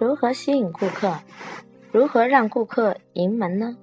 如何吸引顾客？如何让顾客盈门呢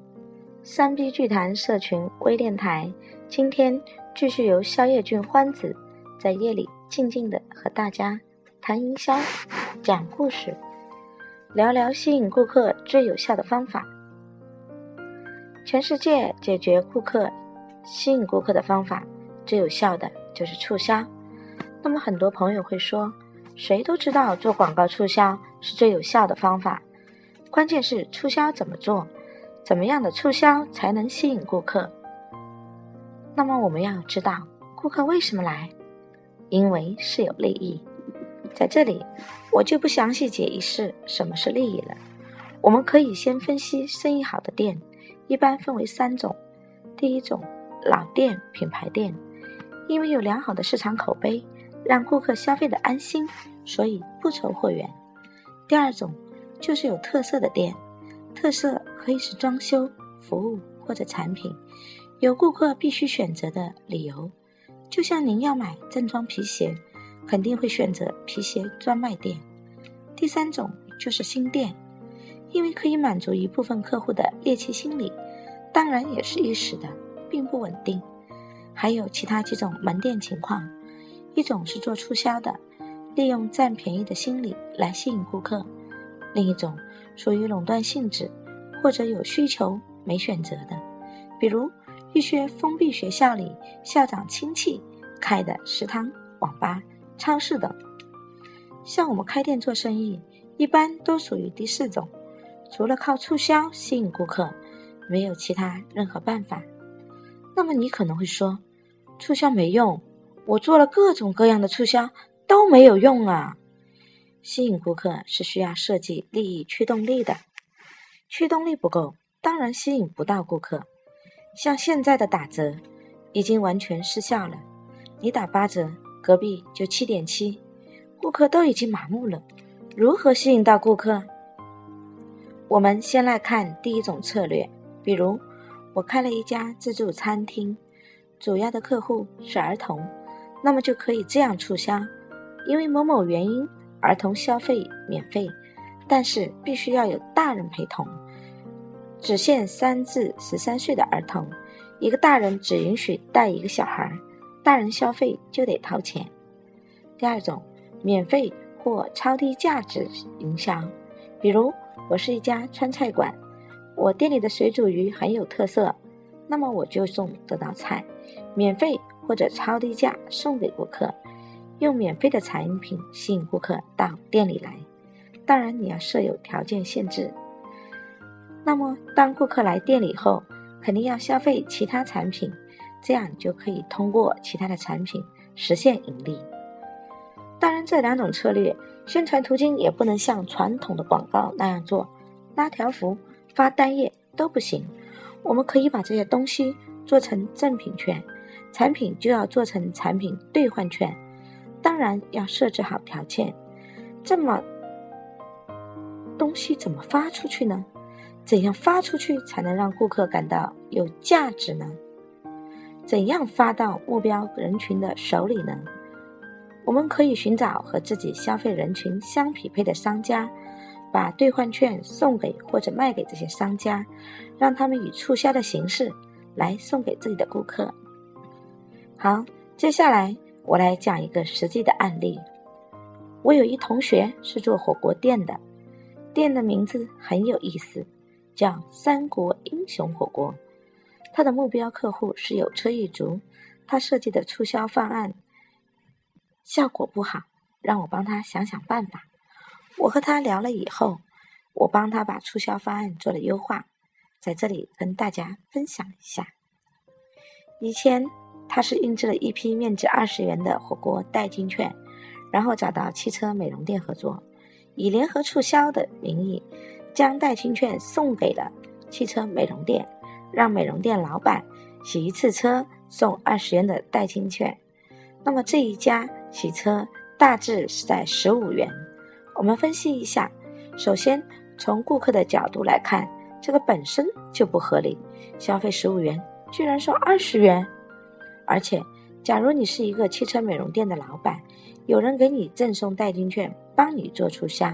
？3B 剧谈社群微电台，今天继续由萧叶俊欢子在夜里静静地和大家谈营销、讲故事，聊聊吸引顾客最有效的方法。全世界解决吸引顾客的方法最有效的就是促销。那么很多朋友会说，谁都知道做广告促销是最有效的方法，关键是促销怎么做，怎么样的促销才能吸引顾客。那么我们要知道顾客为什么来，因为是有利益。在这里我就不详细解释什么是利益了，我们可以先分析生意好的店，一般分为3种。第一种，老店、品牌店，因为有良好的市场口碑，让顾客消费的安心，所以不愁货源。第二种就是有特色的店，特色可以是装修、服务或者产品，有顾客必须选择的理由。就像您要买正装皮鞋，肯定会选择皮鞋专卖店。第三种就是新店，因为可以满足一部分客户的猎奇心理，当然也是一时的，并不稳定。还有其他几种门店情况，一种是做促销的，利用占便宜的心理来吸引顾客；另一种属于垄断性质，或者有需求没选择的，比如一些封闭学校里校长亲戚开的食堂、网吧、超市等。像我们开店做生意，一般都属于第4种，除了靠促销吸引顾客，没有其他任何办法。那么你可能会说，促销没用，我做了各种各样的促销都没有用啊。吸引顾客是需要设计利益驱动力的，驱动力不够，当然吸引不到顾客。像现在的打折已经完全失效了，你打8折，隔壁就7.7，顾客都已经麻木了，如何吸引到顾客？我们先来看第一种策略，比如我开了一家自助餐厅，主要的客户是儿童，那么就可以这样促销，因为某某原因，儿童消费免费，但是必须要有大人陪同，只限3至13岁的儿童，一个大人只允许带一个小孩，大人消费就得掏钱。第二种，免费或超低价值营销，比如我是一家川菜馆，我店里的水煮鱼很有特色，那么我就送这道菜，免费或者超低价送给顾客，用免费的产品吸引顾客到店里来。当然你要设有条件限制。那么当顾客来店里后，肯定要消费其他产品，这样就可以通过其他的产品实现盈利。当然这2种策略宣传途径也不能像传统的广告那样做，拉条幅、发单页都不行。我们可以把这些东西做成赠品券，产品就要做成产品兑换券，当然要设置好条件。这么东西怎么发出去呢？怎样发出去才能让顾客感到有价值呢？怎样发到目标人群的手里呢？我们可以寻找和自己消费人群相匹配的商家，把兑换券送给或者卖给这些商家，让他们以促销的形式来送给自己的顾客。好，接下来我来讲一个实际的案例。我有一同学是做火锅店的，店的名字很有意思，叫三国英雄火锅。他的目标客户是有车一族，他设计的促销方案效果不好，让我帮他想想办法。我和他聊了以后，我帮他把促销方案做了优化，在这里跟大家分享一下。以前他是印制了一批面值20元的火锅代金券，然后找到汽车美容店合作，以联合促销的名义将代金券送给了汽车美容店，让美容店老板洗一次车送20元的代金券。那么这一家洗车大致是在15元。我们分析一下，首先从顾客的角度来看，这个本身就不合理，消费15元居然说20元。而且假如你是一个汽车美容店的老板，有人给你赠送代金券帮你做促销，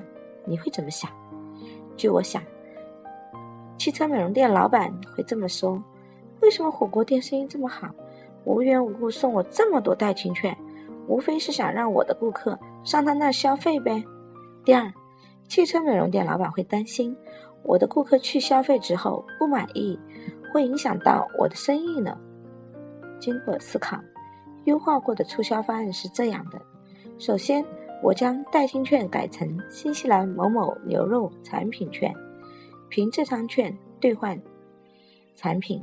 你会怎么想？据我想，汽车美容店老板会这么说：为什么火锅店生意这么好，无缘无故送我这么多代金券，无非是想让我的顾客上他那儿消费呗。第二，汽车美容店老板会担心我的顾客去消费之后不满意，会影响到我的生意呢。经过思考，优化过的促销方案是这样的：首先，我将代金券改成新西兰某某牛肉产品券，凭这张券兑换产品。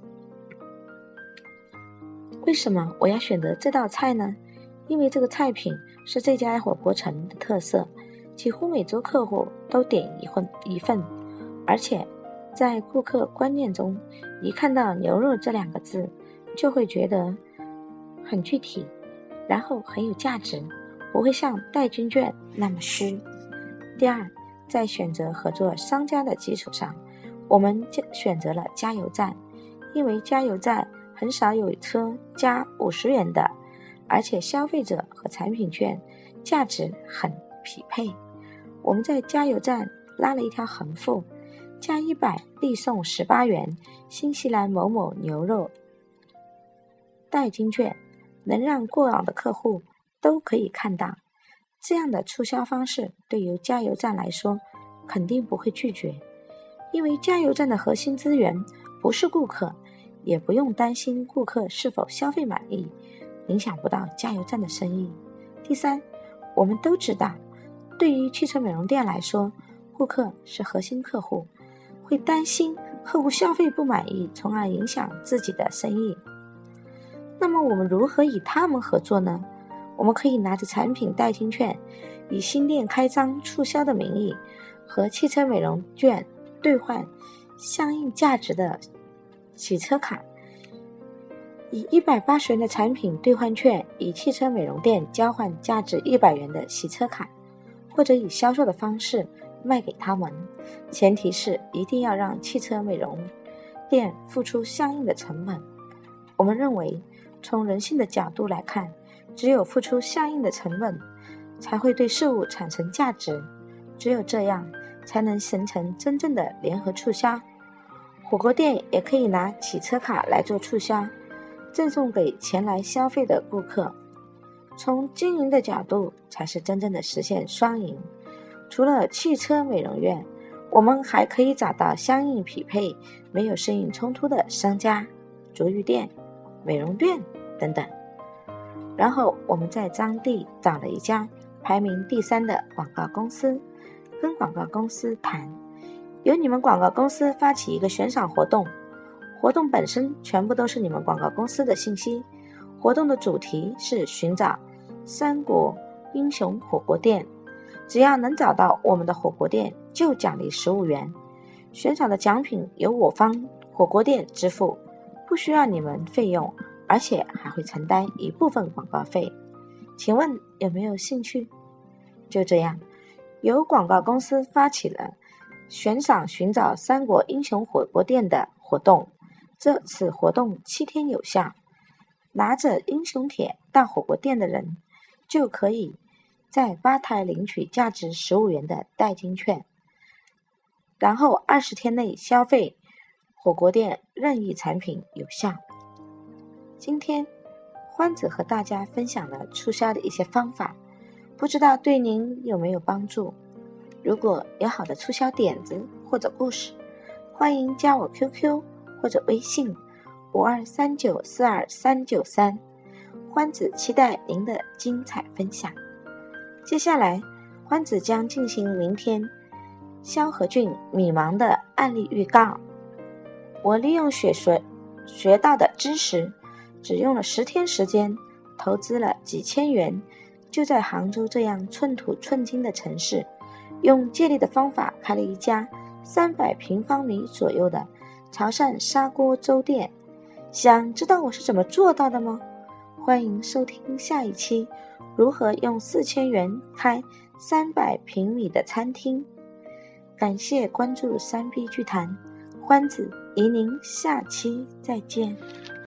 为什么我要选择这道菜呢？因为这个菜品是这家火锅城的特色，几乎每桌客户都点一份，而且在顾客观念中，一看到牛肉这2个字，就会觉得很具体，然后很有价值，不会像代金券那么虚。第二，在选择合作商家的基础上，我们选择了加油站，因为加油站很少有车加50元的，而且消费者和产品券价值很匹配。我们在加油站拉了一条横幅，加100立送18元新西兰某某牛肉代金券，能让过往的客户都可以看到。这样的促销方式对于加油站来说肯定不会拒绝，因为加油站的核心资源不是顾客，也不用担心顾客是否消费满意，影响不到加油站的生意。第三，我们都知道，对于汽车美容店来说，顾客是核心客户，会担心客户消费不满意，从而影响自己的生意。那么我们如何与他们合作呢？我们可以拿着产品代金券，以新店开张促销的名义，和汽车美容券兑换相应价值的洗车卡，以180元的产品兑换券，以汽车美容店交换价值100元的洗车卡，或者以销售的方式卖给他们。前提是一定要让汽车美容店付出相应的成本。我们认为，从人性的角度来看，只有付出相应的成本，才会对事物产生价值，只有这样才能形成真正的联合促销。火锅店也可以拿洗车卡来做促销，赠送给前来消费的顾客。从经营的角度，才是真正的实现双赢。除了汽车美容院，我们还可以找到相应匹配、没有生意冲突的商家、足浴店、美容店等等。然后我们在当地找了一家排名第3的广告公司，跟广告公司谈，由你们广告公司发起一个悬赏活动，活动本身全部都是你们广告公司的信息。活动的主题是寻找三国英雄火锅店，只要能找到我们的火锅店，就奖励15元。悬赏的奖品由我方火锅店支付，不需要你们费用，而且还会承担一部分广告费。请问有没有兴趣？就这样，由广告公司发起了悬赏寻找三国英雄火锅店的活动。这次活动7天有效，拿着英雄帖到火锅店的人就可以在吧台领取价值15元的代金券，然后20天内消费火锅店任意产品有效。今天欢子和大家分享了促销的一些方法，不知道对您有没有帮助。如果有好的促销点子或者故事，欢迎加我 QQ 或者微信5239423393，欢子期待您的精彩分享。接下来欢子将进行明天萧何俊米芒的案例预告。我利用学到的知识，只用了10天时间，投资了几千元，就在杭州这样寸土寸金的城市，用借力的方法开了一家300平方米左右的潮汕砂锅粥店。想知道我是怎么做到的吗？欢迎收听下一期，如何用4000元开300平米的餐厅。感谢关注3B 剧谈，欢子与您下期再见。